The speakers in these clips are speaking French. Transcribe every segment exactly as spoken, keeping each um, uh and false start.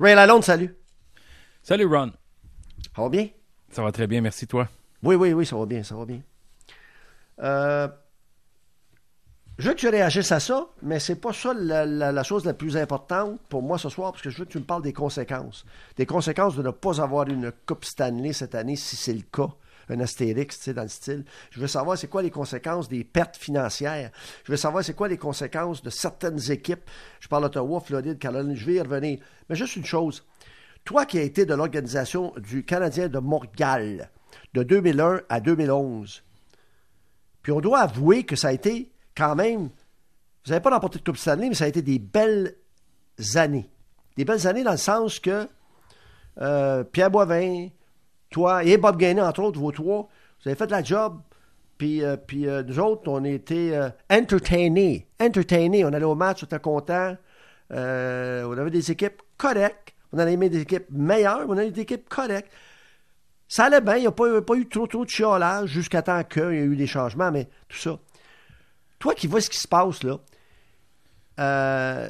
Ray Lalonde, salut. Salut Ron. Ça va bien? Ça va très bien, merci toi. Oui, oui, oui, ça va bien, ça va bien. Euh, je veux que tu réagisses à ça, mais c'est pas ça la, la, la chose la plus importante pour moi ce soir, parce que je veux que tu me parles des conséquences. Des conséquences de ne pas avoir une Coupe Stanley cette année, si c'est le cas. Un astérix, tu sais, dans le style. Je veux savoir c'est quoi les conséquences des pertes financières. Je veux savoir c'est quoi les conséquences de certaines équipes. Je parle d'Ottawa, Floride, Caroline, je vais y revenir. Mais juste une chose. Toi qui as été de l'organisation du Canadien de Montréal de deux mille un à deux mille onze, puis on doit avouer que ça a été quand même, vous n'avez pas remporté de Coupe Stanley, mais ça a été des belles années. Des belles années dans le sens que euh, Pierre Boivin, toi et Bob Gainé, entre autres, vos trois, vous avez fait la job, puis, euh, puis euh, nous autres, on était euh, entertainés. Entertainés, on allait au match, on était contents, euh, on avait des équipes correctes, on avait aimé des équipes meilleures, on avait des équipes correctes. Ça allait bien, il n'y a pas, pas eu trop, trop de chiolage jusqu'à temps qu'il y a eu des changements, mais tout ça. Toi qui vois ce qui se passe, là, euh...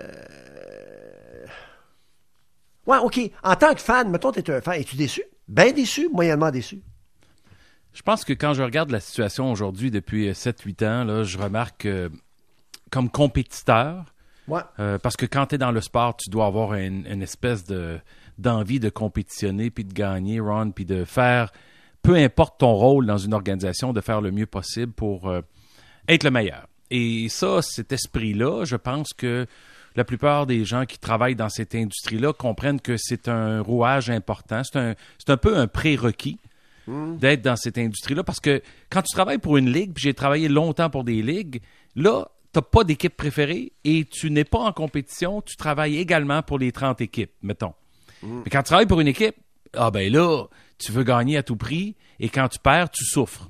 ouais, OK, en tant que fan, mettons, tu es un fan, es-tu déçu? Bien déçu, moyennement déçu? Je pense que quand je regarde la situation aujourd'hui depuis sept huit ans, là, je remarque que comme compétiteur, ouais. euh, parce que quand tu es dans le sport, tu dois avoir une, une espèce de, d'envie de compétitionner, puis de gagner, Ron, puis de faire, peu importe ton rôle dans une organisation, de faire le mieux possible pour euh, être le meilleur. Et ça, cet esprit-là, je pense que la plupart des gens qui travaillent dans cette industrie-là comprennent que c'est un rouage important. C'est un, c'est un peu un prérequis mmh. d'être dans cette industrie-là. Parce que quand tu travailles pour une ligue, puis j'ai travaillé longtemps pour des ligues, là, tu n'as pas d'équipe préférée et tu n'es pas en compétition. Tu travailles également pour les trente équipes, mettons. Mmh. Mais quand tu travailles pour une équipe, ah ben là, tu veux gagner à tout prix et quand tu perds, tu souffres.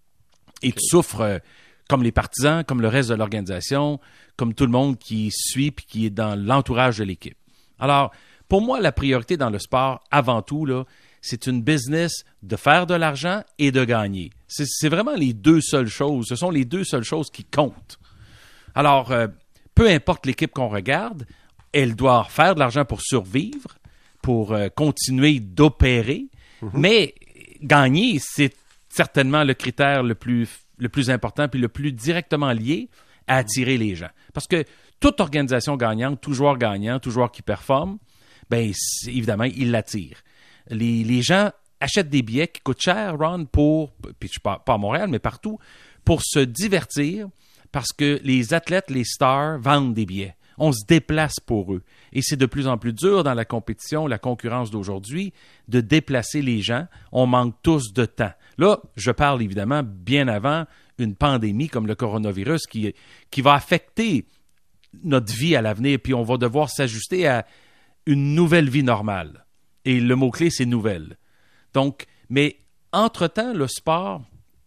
Et okay. tu souffres euh, comme les partisans, comme le reste de l'organisation, comme tout le monde qui suit et qui est dans l'entourage de l'équipe. Alors, pour moi, la priorité dans le sport, avant tout, là, c'est une business de faire de l'argent et de gagner. C'est, c'est vraiment les deux seules choses. Ce sont les deux seules choses qui comptent. Alors, euh, peu importe l'équipe qu'on regarde, elle doit faire de l'argent pour survivre, pour euh, continuer d'opérer, mm-hmm. mais gagner, c'est certainement le critère le plus, le plus important puis le plus directement lié à attirer les gens. Parce que toute organisation gagnante, tout joueur gagnant, tout joueur qui performe, bien, évidemment, il l'attire. Les, les gens achètent des billets qui coûtent cher, Ron, pour, puis je ne parle pas à Montréal, mais partout, pour se divertir, parce que les athlètes, les stars, vendent des billets. On se déplace pour eux. Et c'est de plus en plus dur dans la compétition, la concurrence d'aujourd'hui, de déplacer les gens. On manque tous de temps. Là, je parle évidemment bien avant une pandémie comme le coronavirus qui, qui va affecter notre vie à l'avenir, puis on va devoir s'ajuster à une nouvelle vie normale. Et le mot-clé, c'est « nouvelle ». Donc, mais entre-temps, le sport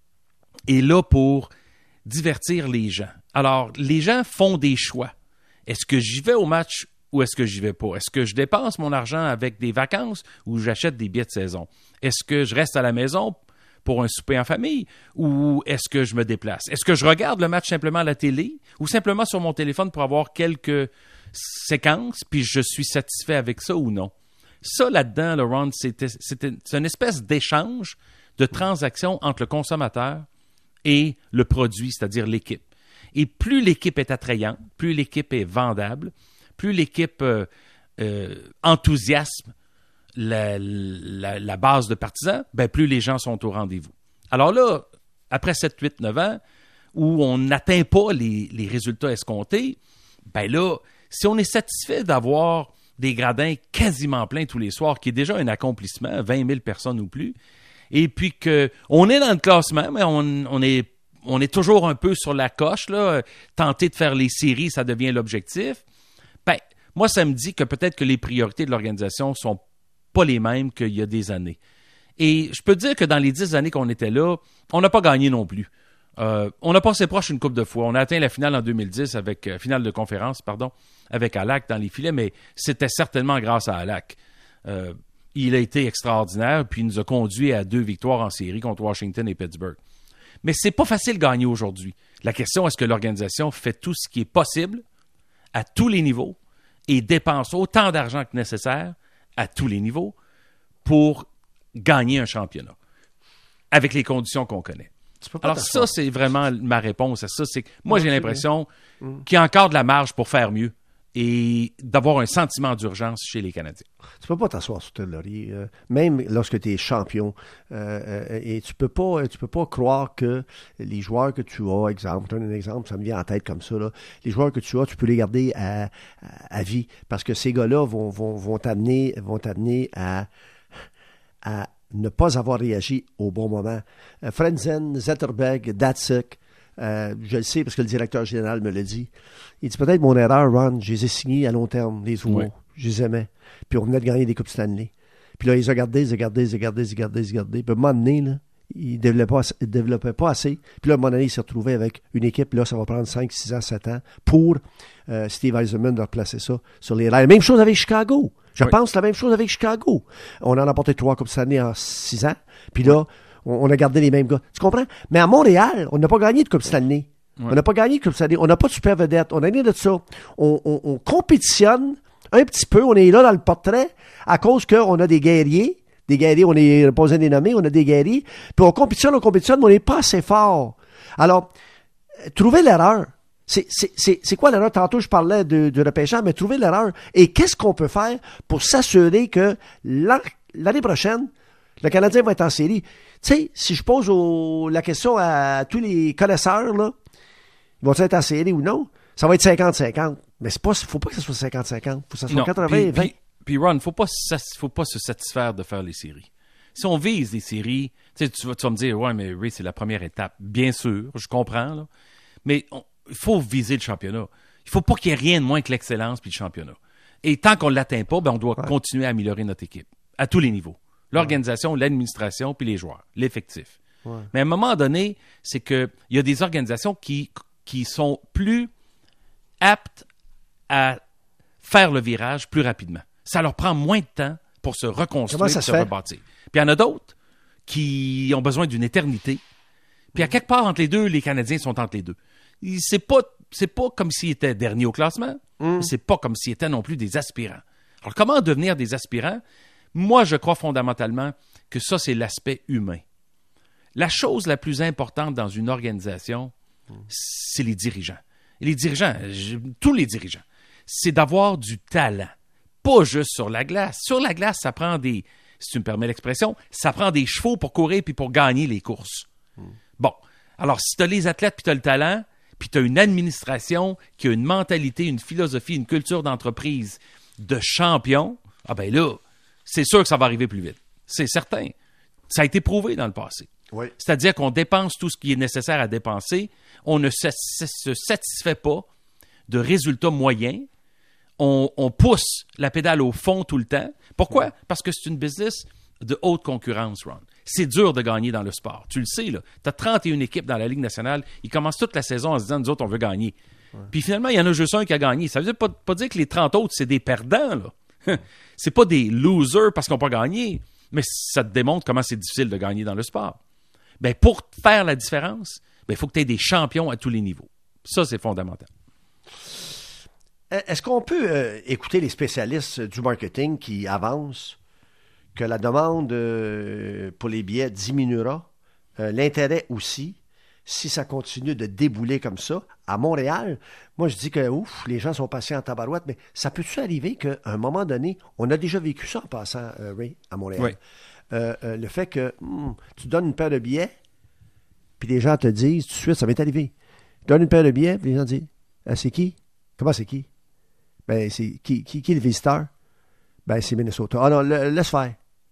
est là pour divertir les gens. Alors, les gens font des choix. Est-ce que j'y vais au match ou est-ce que j'y vais pas? Est-ce que je dépense mon argent avec des vacances ou j'achète des billets de saison? Est-ce que je reste à la maison pour un souper en famille ou est-ce que je me déplace? Est-ce que je regarde le match simplement à la télé ou simplement sur mon téléphone pour avoir quelques séquences puis je suis satisfait avec ça ou non? Ça, là-dedans, le Ron, c'était, c'était, c'est une espèce d'échange, de transaction entre le consommateur et le produit, c'est-à-dire l'équipe. Et plus l'équipe est attrayante, plus l'équipe est vendable, plus l'équipe euh, euh, enthousiasme la, la, la base de partisans, ben plus les gens sont au rendez-vous. Alors là, après sept, huit, neuf ans, où on n'atteint pas les, les résultats escomptés, ben là, si on est satisfait d'avoir des gradins quasiment pleins tous les soirs, qui est déjà un accomplissement, vingt mille personnes ou plus, et puis qu'on est dans le classement, mais on, on est On est toujours un peu sur la coche, là. Tenter de faire les séries, ça devient l'objectif. Ben, moi, ça me dit que peut-être que les priorités de l'organisation ne sont pas les mêmes qu'il y a des années. Et je peux dire que dans les dix années qu'on était là, on n'a pas gagné non plus. Euh, on a passé proche une couple de fois. On a atteint la finale en deux mille dix, avec euh, finale de conférence, pardon, avec Halak dans les filets, mais c'était certainement grâce à Halak. Euh, il a été extraordinaire, puis il nous a conduit à deux victoires en série contre Washington et Pittsburgh. Mais c'est pas facile de gagner aujourd'hui. La question, est-ce que l'organisation fait tout ce qui est possible à tous les niveaux et dépense autant d'argent que nécessaire à tous les niveaux pour gagner un championnat avec les conditions qu'on connaît. Alors ça, c'est vraiment ma réponse à ça. C'est que moi, j'ai l'impression mm. qu'il y a encore de la marge pour faire mieux et d'avoir un sentiment d'urgence chez les Canadiens. Tu peux pas t'asseoir sur ton laurier, euh, même lorsque tu es champion. Euh, euh, et tu peux pas, tu peux pas croire que les joueurs que tu as, exemple, un exemple, ça me vient en tête comme ça, là, les joueurs que tu as, tu peux les garder à, à, à vie. Parce que ces gars-là vont, vont, vont t'amener, vont t'amener à, à ne pas avoir réagi au bon moment. Euh, Frenzen, Zetterberg, Datsuk, euh, je le sais parce que le directeur général me l'a dit. Il dit peut-être mon erreur, Ron, je les ai signés à long terme, les Ouaux. Ouais. Je les aimais. Puis on venait de gagner des Coupes Stanley. Puis là, ils ont gardé, ils ont gardé, ils ont gardé, ils ont gardé, ils ont gardé. Puis à un moment donné, là, ils ne développaient, développaient pas assez. Puis là, à un moment donné, il s'est retrouvé avec une équipe, là, ça va prendre cinq, six ans, sept ans pour euh, Steve Yzerman de replacer ça sur les rails. Même chose avec Chicago. Je oui. pense la même chose avec Chicago. On en a porté trois Coupes Stanley en six ans. Puis là, on, on a gardé les mêmes gars. Tu comprends? Mais à Montréal, on n'a pas gagné de Coupe Stanley. Ouais. On n'a pas gagné de Coupe Stanley. On n'a pas de super vedette. On a rien de ça. On, on, on compétitionne un petit peu. On est là dans le portrait à cause qu'on a des guerriers. Des guerriers, on n'est pas besoin de les nommer, on a des guerriers. Puis on compétitionne, on compétitionne, mais on n'est pas assez fort. Alors, trouver l'erreur. C'est, c'est, c'est, c'est quoi l'erreur? Tantôt, je parlais de, de repêchage, mais trouver l'erreur. Et qu'est-ce qu'on peut faire pour s'assurer que l'année prochaine, le Canadien va être en série? Tu sais, si je pose au, la question à tous les connaisseurs, là, ils vont-ils être en série ou non? Ça va être cinquante cinquante. Mais c'est pas, faut pas que ça soit cinquante cinquante. Faut que ça soit non, quatre-vingts vingt. Puis Ron, il ne faut, faut pas se satisfaire de faire les séries. Si on vise les séries, tu, sais, tu, vas, tu vas me dire, ouais, mais Ray, c'est la première étape. Bien sûr, je comprends, là. Mais il faut viser le championnat. Il ne faut pas qu'il y ait rien de moins que l'excellence puis le championnat. Et tant qu'on ne l'atteint pas, ben, on doit ouais. continuer à améliorer notre équipe à tous les niveaux. L'organisation, ouais. l'administration puis les joueurs, l'effectif. Ouais. Mais à un moment donné, c'est qu'il y a des organisations qui, qui sont plus aptes à faire le virage plus rapidement. Ça leur prend moins de temps pour se reconstruire et se, se rebâtir. Puis il y en a d'autres qui ont besoin d'une éternité. Puis à quelque part entre les deux, les Canadiens sont entre les deux. C'est pas, c'est pas comme s'ils étaient derniers au classement, mm. c'est pas comme s'ils étaient non plus des aspirants. Alors comment devenir des aspirants? Moi, je crois fondamentalement que ça, c'est l'aspect humain. La chose la plus importante dans une organisation, mm. c'est les dirigeants. Et les dirigeants, je, tous les dirigeants, c'est d'avoir du talent. Pas juste sur la glace. Sur la glace, ça prend des, si tu me permets l'expression, ça prend des chevaux pour courir puis pour gagner les courses. Mm. Bon, alors si tu as les athlètes puis tu as le talent, puis tu as une administration qui a une mentalité, une philosophie, une culture d'entreprise de champion, ah ben là, c'est sûr que ça va arriver plus vite. C'est certain. Ça a été prouvé dans le passé. Oui. C'est-à-dire qu'on dépense tout ce qui est nécessaire à dépenser, on ne se, se satisfait pas de résultats moyens. On, on pousse la pédale au fond tout le temps. Pourquoi? Ouais. Parce que c'est une business de haute concurrence, Ron. C'est dur de gagner dans le sport. Tu le sais, là. Tu as trente et une équipes dans la Ligue nationale. Ils commencent toute la saison en se disant, nous autres, on veut gagner. Ouais. Puis finalement, il y en a juste un qui a gagné. Ça veut dire pas, pas dire que les trente autres, c'est des perdants, là. C'est pas des losers parce qu'ils n'ont pas gagné. Mais ça te démontre comment c'est difficile de gagner dans le sport. Ben, pour faire la différence, ben, il faut que tu aies des champions à tous les niveaux. Ça, c'est fondamental. Est-ce qu'on peut euh, écouter les spécialistes du marketing qui avancent que la demande euh, pour les billets diminuera, euh, l'intérêt aussi, si ça continue de débouler comme ça, à Montréal? Moi, je dis que, ouf, les gens sont patients en tabarouette, mais ça peut-tu arriver qu'à un moment donné, on a déjà vécu ça en passant, euh, Ray, à Montréal? Oui. Euh, euh, le fait que hmm, tu donnes une paire de billets, puis les gens te disent, tout de suite, ça m'est arrivé. Tu donnes une paire de billets, puis les gens disent, ah, c'est qui? Comment c'est qui? Ben, c'est qui, qui, qui est le visiteur? Ben, c'est Minnesota. Ah non, le, laisse faire.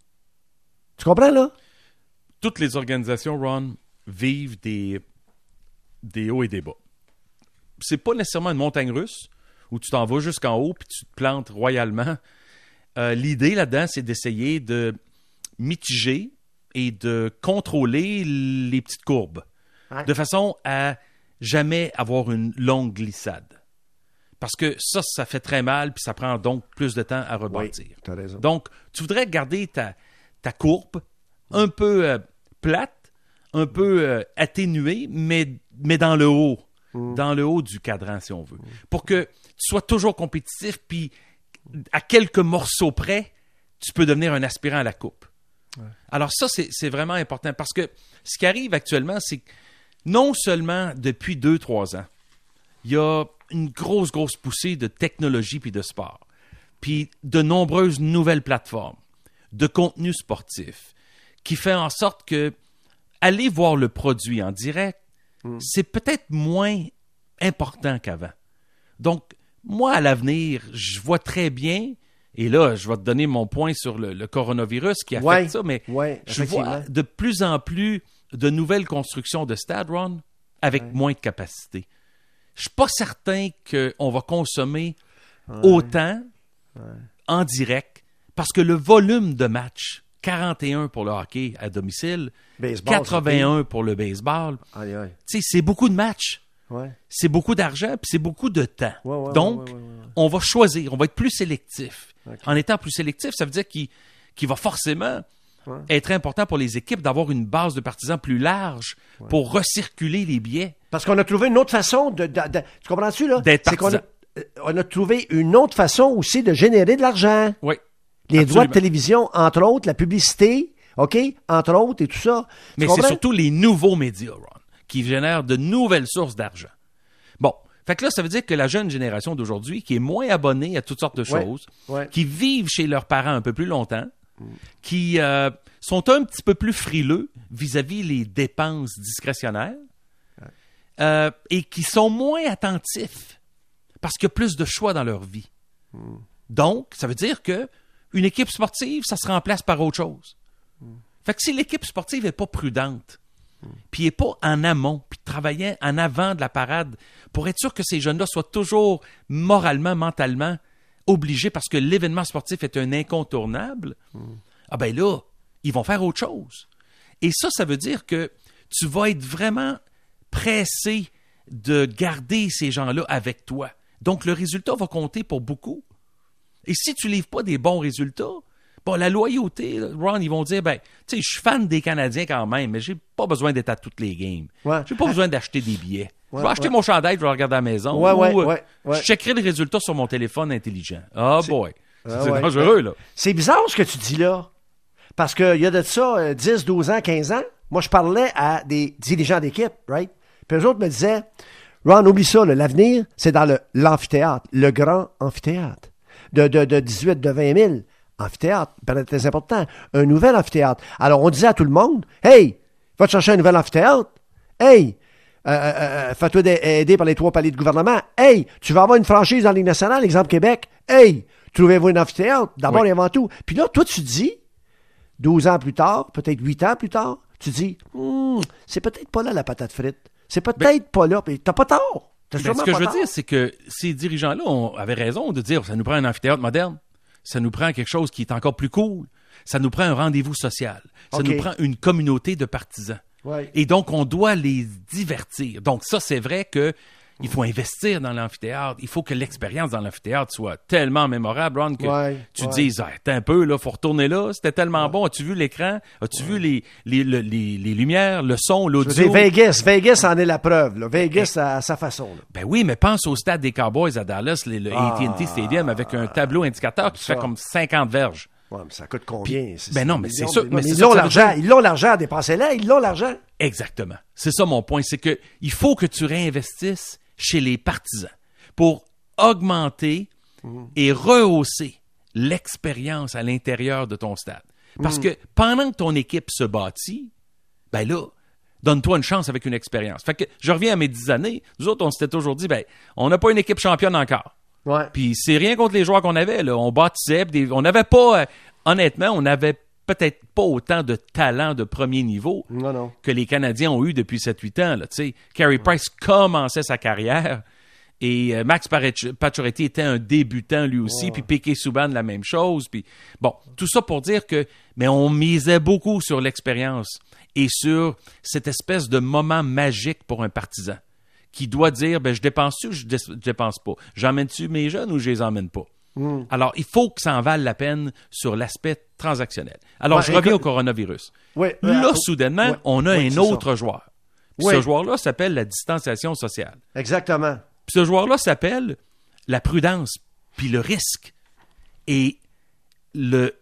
Tu comprends, là? Toutes les organisations, Ron, vivent des, des hauts et des bas. C'est pas nécessairement une montagne russe où tu t'en vas jusqu'en haut puis tu te plantes royalement. Euh, l'idée là-dedans, c'est d'essayer de mitiger et de contrôler les petites courbes ouais. de façon à jamais avoir une longue glissade. Parce que ça, ça fait très mal, puis ça prend donc plus de temps à rebâtir. Oui, t'as raison. Donc, tu voudrais garder ta, ta courbe un peu euh, plate, un peu euh, atténuée, mais, mais dans le haut, mm. dans le haut du cadran, si on veut. Mm. Pour que tu sois toujours compétitif, puis à quelques morceaux près, tu peux devenir un aspirant à la coupe. Ouais. Alors ça, c'est, c'est vraiment important parce que ce qui arrive actuellement, c'est que non seulement depuis deux, trois ans, il y a une grosse, grosse poussée de technologie puis de sport, puis de nombreuses nouvelles plateformes de contenu sportif qui fait en sorte que aller voir le produit en direct, mm. c'est peut-être moins important qu'avant. Donc, moi, à l'avenir, je vois très bien, et là, je vais te donner mon point sur le, le coronavirus qui affecte ouais, ça, mais ouais, je vois de plus en plus de nouvelles constructions de stade, Ron, avec ouais. moins de capacité. Je suis pas certain qu'on va consommer ouais. autant ouais. en direct, parce que le volume de matchs, quarante et un pour le hockey à domicile, baseball, quatre-vingt-un pour le baseball, aïe, aïe. C'est beaucoup de matchs. Ouais. C'est beaucoup d'argent, puis c'est beaucoup de temps. Ouais, ouais, Donc, ouais, ouais, ouais, ouais. on va choisir, on va être plus sélectif. Okay. En étant plus sélectif, ça veut dire qu'il, qu'il va forcément ouais. être important pour les équipes d'avoir une base de partisans plus large ouais. pour recirculer les billets. Parce qu'on a trouvé une autre façon de... de, de tu comprends-tu, là? D'être partisan. C'est qu'on a, on a trouvé une autre façon aussi de générer de l'argent. Oui. Les absolument. droits de télévision, entre autres, la publicité, OK? Entre autres, et tout ça. Tu Mais comprends? c'est surtout les nouveaux médias, Ron, qui génèrent de nouvelles sources d'argent. Bon, fait que là, ça veut dire que la jeune génération d'aujourd'hui, qui est moins abonnée à toutes sortes de choses, ouais, ouais. qui vivent chez leurs parents un peu plus longtemps, mm. qui euh, sont un petit peu plus frileux vis-à-vis les dépenses discrétionnaires, ouais. euh, et qui sont moins attentifs parce qu'il y a plus de choix dans leur vie. Mm. Donc, ça veut dire que une équipe sportive, ça se remplace par autre chose. Mm. Fait que si l'équipe sportive n'est pas prudente, puis il n'est pas en amont, puis travaillant en avant de la parade pour être sûr que ces jeunes-là soient toujours moralement, mentalement obligés parce que l'événement sportif est un incontournable, mm. ah ben là, ils vont faire autre chose. Et ça, ça veut dire que tu vas être vraiment pressé de garder ces gens-là avec toi. Donc, le résultat va compter pour beaucoup. Et si tu ne livres pas des bons résultats, bon, la loyauté, Ron, ils vont dire, ben, tu sais, je suis fan des Canadiens quand même, mais j'ai pas besoin d'être à toutes les games. Ouais. J'ai pas besoin d'acheter des billets. Ouais, je vais acheter ouais. mon chandail, je vais le regarder à la maison. Ouais, ou ouais, ouais, ouais. je checkerai le résultat sur mon téléphone intelligent. Oh c'est... boy, c'est, ah, c'est ouais. dangereux, là. C'est bizarre ce que tu dis là. Parce qu'il y a de ça dix, douze ans, quinze ans, moi, je parlais à des dirigeants d'équipe, right? Puis eux autres me disaient, Ron, oublie ça, là, l'avenir, c'est dans le, l'amphithéâtre, le grand amphithéâtre. De, de, de dix-huit, de vingt mille. Amphithéâtre, très important. Un nouvel amphithéâtre. Alors, on disait à tout le monde, hey, va te chercher un nouvel amphithéâtre. Hey, euh, euh, fais-toi aider par les trois paliers de gouvernement. Hey, tu vas avoir une franchise dans la Ligue nationale, exemple Québec. Hey, trouvez-vous un amphithéâtre, d'abord oui. et avant tout. Puis là, toi, tu dis, douze ans plus tard, peut-être huit ans plus tard, tu dis, hm, c'est peut-être pas là la patate frite. C'est peut-être ben, pas là. Puis t'as pas tort. T'as ben, ce que pas je veux tort. dire, c'est que ces dirigeants-là ont, avaient raison de dire, ça nous prend un amphithéâtre moderne. Ça nous prend quelque chose qui est encore plus cool. Ça nous prend un rendez-vous social. Ça okay. nous prend une communauté de partisans. Ouais. Et donc, on doit les divertir. Donc, ça, c'est vrai que il faut investir dans l'amphithéâtre. Il faut que l'expérience dans l'amphithéâtre soit tellement mémorable, Ron, que ouais, tu ouais. te dises, ah, attends un peu, là, faut retourner là. C'était tellement ouais. bon. As-tu vu l'écran? As-tu ouais. vu les, les, les, les, les lumières, le son, l'audio? Je veux dire, Vegas, Vegas en est la preuve. Là. Vegas à, à sa façon. Là. Ben oui, mais pense au stade des Cowboys à Dallas, le, le ah, A T and T Stadium, avec un tableau indicateur qui ça. fait comme cinquante verges. Ouais, mais ça coûte combien? Puis, c'est, ben non, mais c'est ça. Mais ils, c'est l'ont ça l'argent, ils l'ont l'argent à dépenser là, ils l'ont l'argent. Exactement. C'est ça mon point. C'est que il faut que tu réinvestisses chez les partisans pour augmenter mmh. et rehausser l'expérience à l'intérieur de ton stade. Parce mmh. que pendant que ton équipe se bâtit, ben là, donne-toi une chance avec une expérience. Fait que je reviens à mes dix années. Nous autres, on s'était toujours dit, ben, on n'a pas une équipe championne encore. Ouais. Puis c'est rien contre les joueurs qu'on avait. Là. On bâtissait. Des, on n'avait pas, euh, honnêtement, on n'avait peut-être pas autant de talent de premier niveau non, non. que les Canadiens ont eu depuis sept huit ans. Là, Carey Price commençait sa carrière et euh, Max Pacioretty était un débutant lui aussi, puis Piquet Souban la même chose. Puis bon, tout ça pour dire que mais on misait beaucoup sur l'expérience et sur cette espèce de moment magique pour un partisan qui doit dire, ben je dépense-tu ou je, dé- je dépense pas? J'emmène-tu mes jeunes ou je les emmène pas? Mm. Alors, il faut que ça en vale la peine sur l'aspect transactionnel. Alors, ouais, je reviens écoute, au coronavirus. Oui, là, euh, soudainement, oui, oui, on a oui, un autre ça. joueur. Puis oui. Ce joueur-là s'appelle la distanciation sociale. Exactement. Puis ce joueur-là s'appelle la prudence, puis le risque. Et le,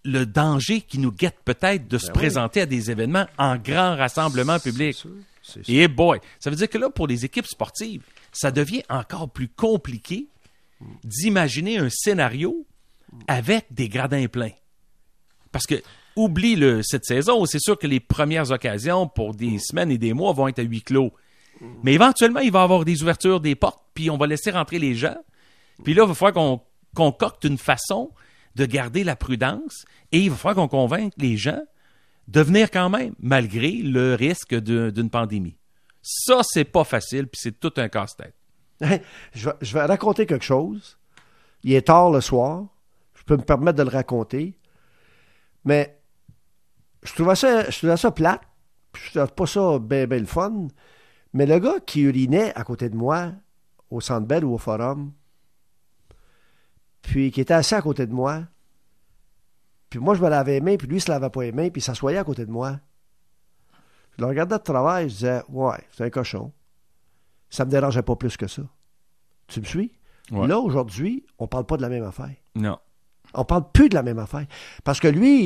le danger qui nous guette peut-être de se Ben présenter à des événements en grand rassemblement public. C'est sûr, c'est sûr. Et boy, ça veut dire que là, pour les équipes sportives, ça devient encore plus compliqué d'imaginer un scénario avec des gradins pleins. Parce que, oublie le, cette saison, c'est sûr que les premières occasions pour des semaines et des mois vont être à huis clos. Mais éventuellement, il va y avoir des ouvertures des portes, puis on va laisser rentrer les gens. Puis là, il va falloir qu'on concocte une façon de garder la prudence et il va falloir qu'on convainque les gens de venir quand même, malgré le risque de, d'une pandémie. Ça, c'est pas facile, puis c'est tout un casse-tête. je, vais, je vais raconter quelque chose. Il est tard le soir. Je peux me permettre de le raconter. Mais je trouvais ça, je trouvais ça plate. Je trouvais pas ça bien ben le fun. Mais le gars qui urinait à côté de moi, au Centre Bell ou au Forum, puis qui était assis à côté de moi, puis moi je me lavais les mains, puis lui il se lavait pas les mains, puis il s'assoyait à côté de moi. Je le regardais de travail, je disais, ouais, c'est un cochon. Ça me dérangeait pas plus que ça. Tu me suis? Ouais. Là, aujourd'hui, on parle pas de la même affaire. Non. On parle plus de la même affaire. Parce que lui,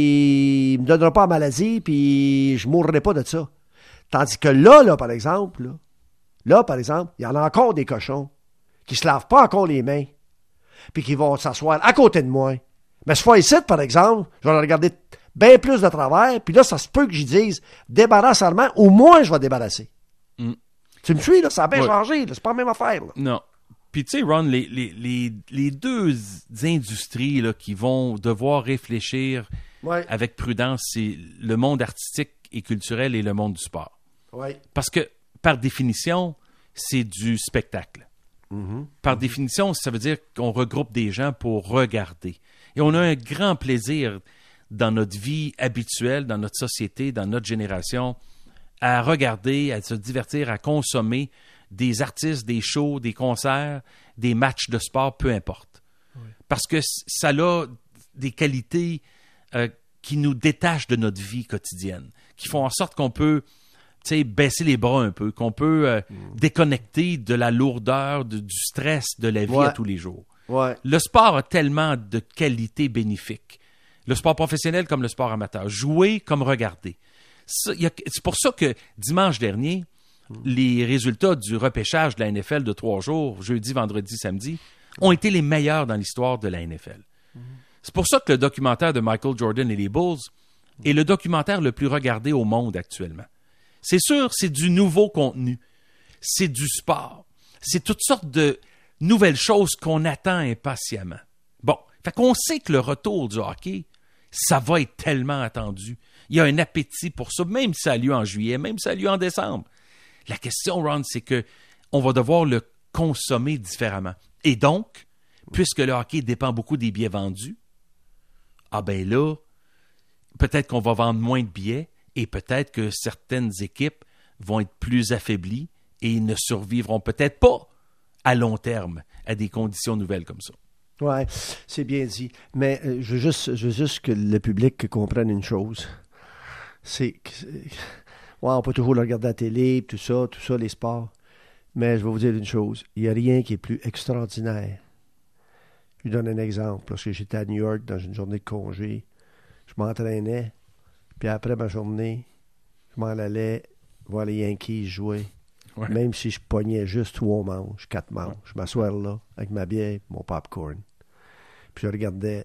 il, il me donnera pas la maladie, puis je mourrai pas de ça. Tandis que là, là, par exemple, là, là, par exemple, il y en a encore des cochons qui se lavent pas encore les mains, puis qui vont s'asseoir à côté de moi. Mais ce fois ici, par exemple, je vais le regarder bien plus de travers, puis là, ça se peut que j'y dise débarrasse Armand, au moins je vais débarrasser. Mm. Tu me suis, là? Ça a bien Ouais. changé, là. C'est pas la même affaire, là. Non. Puis tu sais, Ron, les, les, les, les deux industries là, qui vont devoir réfléchir Ouais. avec prudence, c'est le monde artistique et culturel et le monde du sport. Ouais. Parce que, par définition, c'est du spectacle. Mm-hmm. Par définition, ça veut dire qu'on regroupe des gens pour regarder. Et on a un grand plaisir dans notre vie habituelle, dans notre société, dans notre génération, à regarder, à se divertir, à consommer des artistes, des shows, des concerts, des matchs de sport, peu importe. Oui. Parce que ça a des qualités euh, qui nous détachent de notre vie quotidienne, qui font en sorte qu'on peut tu sais, baisser les bras un peu, qu'on peut euh, mm. déconnecter de la lourdeur, de, du stress de la vie ouais. à tous les jours. Ouais. Le sport a tellement de qualités bénéfiques. Le sport professionnel comme le sport amateur. Jouer comme regarder. Ça, y a, c'est pour ça que dimanche dernier, mm. les résultats du repêchage de la N F L de trois jours, jeudi, vendredi, samedi, ont été les meilleurs dans l'histoire de la N F L. Mm. C'est pour ça que le documentaire de Michael Jordan et les Bulls mm. est le documentaire le plus regardé au monde actuellement. C'est sûr, c'est du nouveau contenu. C'est du sport. C'est toutes sortes de nouvelles choses qu'on attend impatiemment. Bon, fait qu'on sait que le retour du hockey, ça va être tellement attendu. Il y a un appétit pour ça, même si ça a lieu en juillet, même si ça a lieu en décembre. La question, Ron, c'est que on va devoir le consommer différemment. Et donc, puisque le hockey dépend beaucoup des billets vendus, ah ben là, peut-être qu'on va vendre moins de billets et peut-être que certaines équipes vont être plus affaiblies et ne survivront peut-être pas à long terme à des conditions nouvelles comme ça. Oui, c'est bien dit. Mais euh, je, veux juste, je veux juste que le public comprenne une chose. C'est que... Ouais, on peut toujours le regarder à la télé, tout ça, tout ça, les sports. Mais je vais vous dire une chose. Il n'y a rien qui est plus extraordinaire. Je vous donne un exemple. Lorsque j'étais à New York dans une journée de congé, je m'entraînais. Puis après ma journée, je m'en allais voir les Yankees jouer. Ouais. Même si je pognais juste trois manches, quatre manches. Ouais. Je m'assois là, avec ma bière et mon popcorn. Puis je regardais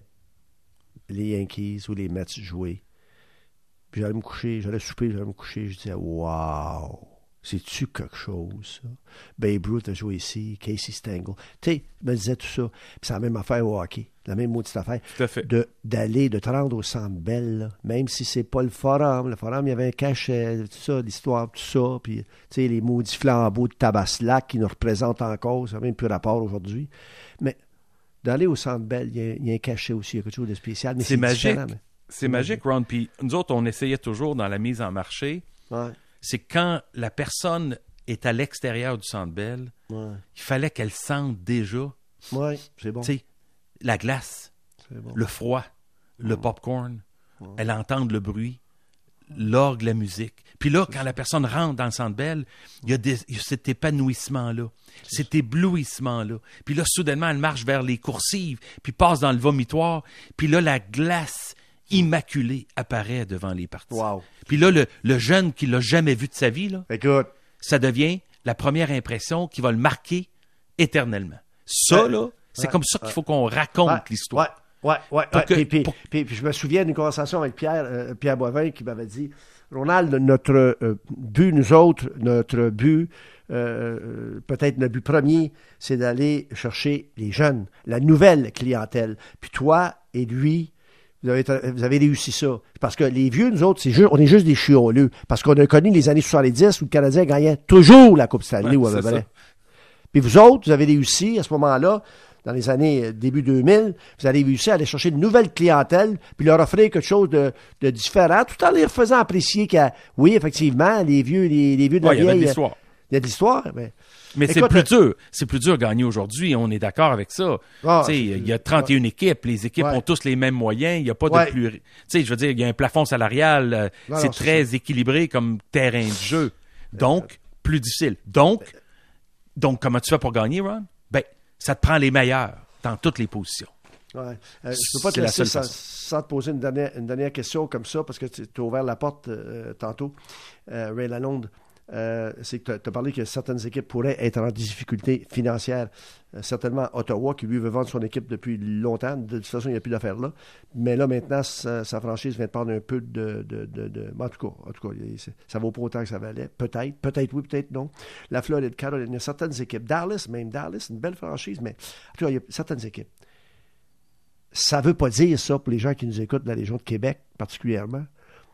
les Yankees ou les Mets jouer. Puis j'allais me coucher, j'allais souper, j'allais me coucher. Je disais, waouh, c'est-tu quelque chose, ça? Babe Ruth a joué ici, Casey Stengel. Tu sais, je me disais tout ça. Puis c'est la même affaire au hockey. La même maudite affaire. Tout à fait. De, d'aller, de te rendre au Centre Bell, là, même si c'est pas le Forum. Le Forum, il y avait un cachet, tout ça, l'histoire, tout ça. Puis, tu sais, les maudits flambeaux de Tabaslac qui nous représentent encore. Ça n'a même plus rapport aujourd'hui. Mais d'aller au Centre Bell, il y a, il y a un cachet aussi. Il y a quelque chose de spécial. Mais c'est, c'est magique. Mais... C'est magique, Ron. Puis nous autres, on essayait toujours dans la mise en marché. Ouais. C'est quand la personne est à l'extérieur du Centre Bell, ouais. il fallait qu'elle sente déjà. Oui, c'est bon. Tu sais, la glace, bon. Le froid, le mmh. popcorn, mmh. elle entend le bruit, l'orgue, la musique. Puis là, quand la personne rentre dans le Centre Bell, il y a, des, il y a cet épanouissement-là, c'est cet ça. éblouissement-là. Puis là, soudainement, elle marche vers les coursives, puis passe dans le vomitoire. Puis là, la glace immaculé apparaît devant les parties. Wow. Puis là, le, le jeune qui l'a jamais vu de sa vie, là, Écoute. ça devient la première impression qui va le marquer éternellement. Ça, Ouais. là, c'est Ouais. comme ça qu'il faut qu'on raconte Ouais. l'histoire. Ouais, ouais, ouais. Pour ouais. que- Puis, puis, pour- puis- puis je me souviens d'une conversation avec Pierre, euh, Pierre Boivin qui m'avait dit, Ronald, notre euh, but, nous autres, notre but, euh, euh, peut-être notre but premier, c'est d'aller chercher les jeunes, la nouvelle clientèle. Puis toi et lui, vous avez, vous avez réussi ça. Parce que les vieux, nous autres, c'est juste, on est juste des chioleux. Parce qu'on a connu les années soixante-dix où le Canadien gagnait toujours la Coupe Stanley. Ouais, ou à peu c'est près. ça. Puis vous autres, vous avez réussi à ce moment-là, dans les années euh, début deux mille, vous avez réussi à aller chercher une nouvelle clientèle, puis leur offrir quelque chose de, de différent, tout en les faisant apprécier que, oui, effectivement, les vieux, les, les vieux de la Ouais, il y avait de vieille, l'histoire. il y a de l'histoire, mais... Mais c'est Écoute, plus euh, dur. C'est plus dur de gagner aujourd'hui. On est d'accord avec ça. Ah, Tu sais, c'est- il y a trente et une équipes. Les équipes Ouais. ont tous les mêmes moyens. Il n'y a pas Ouais. de plus. Tu sais, je veux dire, il y a un plafond salarial. euh, Non, c'est non, c'est très équilibré comme terrain de jeu. Donc, plus difficile. Donc, donc, comment tu fais pour gagner, Ron? Ben, ça te prend les meilleurs dans toutes les positions. Ouais. Euh, je ne peux pas te C'est la laisser seule sans, façon. sans te poser une dernière, une dernière question comme ça, parce que tu as ouvert la porte euh, tantôt, euh, Ray Lalonde. Euh, c'est que tu as parlé que certaines équipes pourraient être en difficulté financière. Euh, certainement Ottawa, qui lui veut vendre son équipe depuis longtemps. De toute façon, il n'y a plus d'affaires là. Mais là, maintenant, sa, sa franchise vient de prendre un peu de... de, de, de... En tout cas, en tout cas il- c'est- ça vaut pas autant que ça valait. Peut-être. Peut-être oui, peut-être non. La Floride, Caroline, il y a certaines équipes. Dallas, même Dallas, une belle franchise, mais en tout cas, il y a certaines équipes. Ça ne veut pas dire ça pour les gens qui nous écoutent de la région de Québec, particulièrement.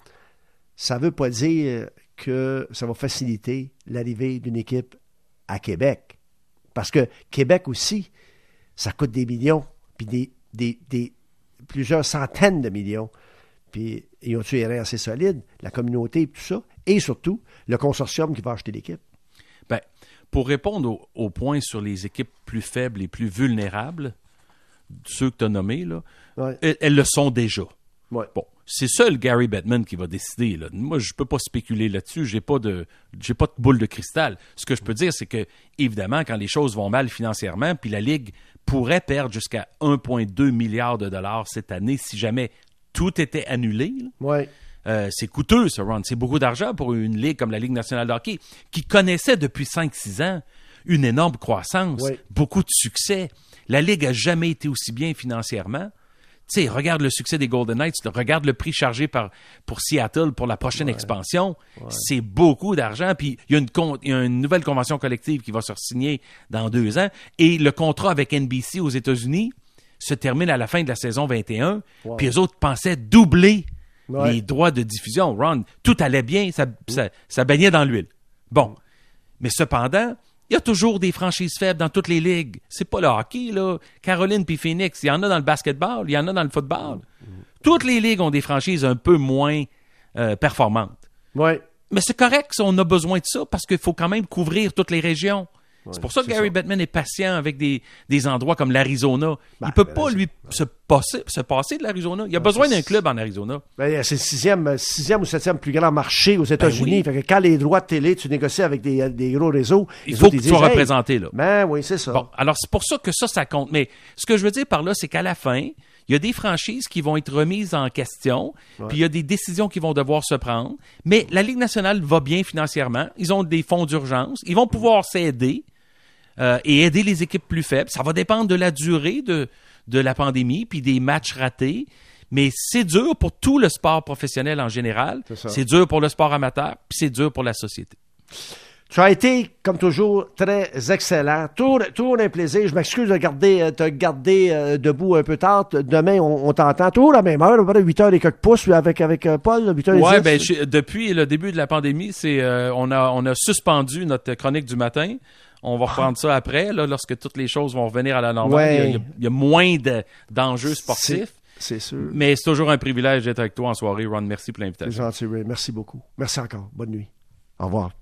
Ça ne veut pas dire que ça va faciliter l'arrivée d'une équipe à Québec. Parce que Québec aussi, ça coûte des millions, puis des, des, des plusieurs centaines de millions. Puis ils ont-tu les reins assez solides, la communauté, tout ça, et surtout le consortium qui va acheter l'équipe. Ben, pour répondre au, au point sur les équipes plus faibles et plus vulnérables, ceux que tu as nommés, là, Ouais. elles, elles le sont déjà. Ouais. Bon, c'est seul Gary Bettman qui va décider. Là. Moi, je peux pas spéculer là-dessus. J'ai pas de, j'ai pas de boule de cristal. Ce que je peux dire, c'est que, évidemment, quand les choses vont mal financièrement, puis la Ligue pourrait perdre jusqu'à un virgule deux milliard de dollars cette année si jamais tout était annulé. là. Ouais. Euh, c'est coûteux, ça, Ron. C'est beaucoup d'argent pour une ligue comme la Ligue nationale de hockey, qui connaissait depuis cinq six ans une énorme croissance, Oui. beaucoup de succès. La Ligue a jamais été aussi bien financièrement. Tu sais, regarde le succès des Golden Knights, regarde le prix chargé par, pour Seattle pour la prochaine Ouais. expansion. C'est beaucoup d'argent. Puis il y, a une con- il y a une nouvelle convention collective qui va se signer dans deux ans. Et le contrat avec N B C aux États-Unis se termine à la fin de la saison vingt et un. Wow. Puis eux autres pensaient doubler Ouais. les droits de diffusion. Ron, tout allait bien, ça, ça, ça baignait dans l'huile. Bon. Mais cependant, il y a toujours des franchises faibles dans toutes les ligues. C'est pas le hockey, là. Caroline puis Phoenix, il y en a dans le basketball, il y en a dans le football. Toutes les ligues ont des franchises un peu moins euh, performantes. Ouais. Mais c'est correct si on a besoin de ça parce qu'il faut quand même couvrir toutes les régions. Ouais, c'est pour ça que c'est Gary ça. Bettman est patient avec des, des endroits comme l'Arizona. Ben, il peut ben, pas, c'est- lui, se passer, se passer de l'Arizona. Il a besoin c'est- d'un club en Arizona. Ben, c'est le sixième, sixième ou septième plus grand marché aux États-Unis. oui. Fait que quand les droits de télé, tu négocies avec des, des gros réseaux, Il les faut autres, que ils tu sois disent, hey, représenté, là. Ben oui, c'est ça. Bon, alors c'est pour ça que ça, ça compte. Mais ce que je veux dire par là, c'est qu'à la fin, il y a des franchises qui vont être remises en question, puis il y a des décisions qui vont devoir se prendre. Mais la Ligue nationale va bien financièrement. Ils ont des fonds d'urgence. Ils vont pouvoir s'aider euh, et aider les équipes plus faibles. Ça va dépendre de la durée de, de la pandémie, puis des matchs ratés. Mais c'est dur pour tout le sport professionnel en général. C'est ça. C'est dur pour le sport amateur, puis c'est dur pour la société. Tu as été, comme toujours, très excellent. Toujours, toujours un plaisir. Je m'excuse de garder, euh, te garder euh, debout un peu tard. Demain, on, on t'entend toujours à la même heure, à peu près huit heures et quelques pouces avec, avec euh, Paul, huit heures et Ouais, dix. ben je- depuis le début de la pandémie, c'est euh, on a on a suspendu notre chronique du matin. On va reprendre ça après, là, lorsque toutes les choses vont revenir à la normale. Ouais. Il, y a, il y a- il y a moins de- d'enjeux sportifs. C'est sûr. Mais c'est toujours un privilège d'être avec toi en soirée, Ron. Merci pour C'est l'invitation. gentil, Ray. Merci beaucoup. Merci encore. Bonne nuit. Au revoir.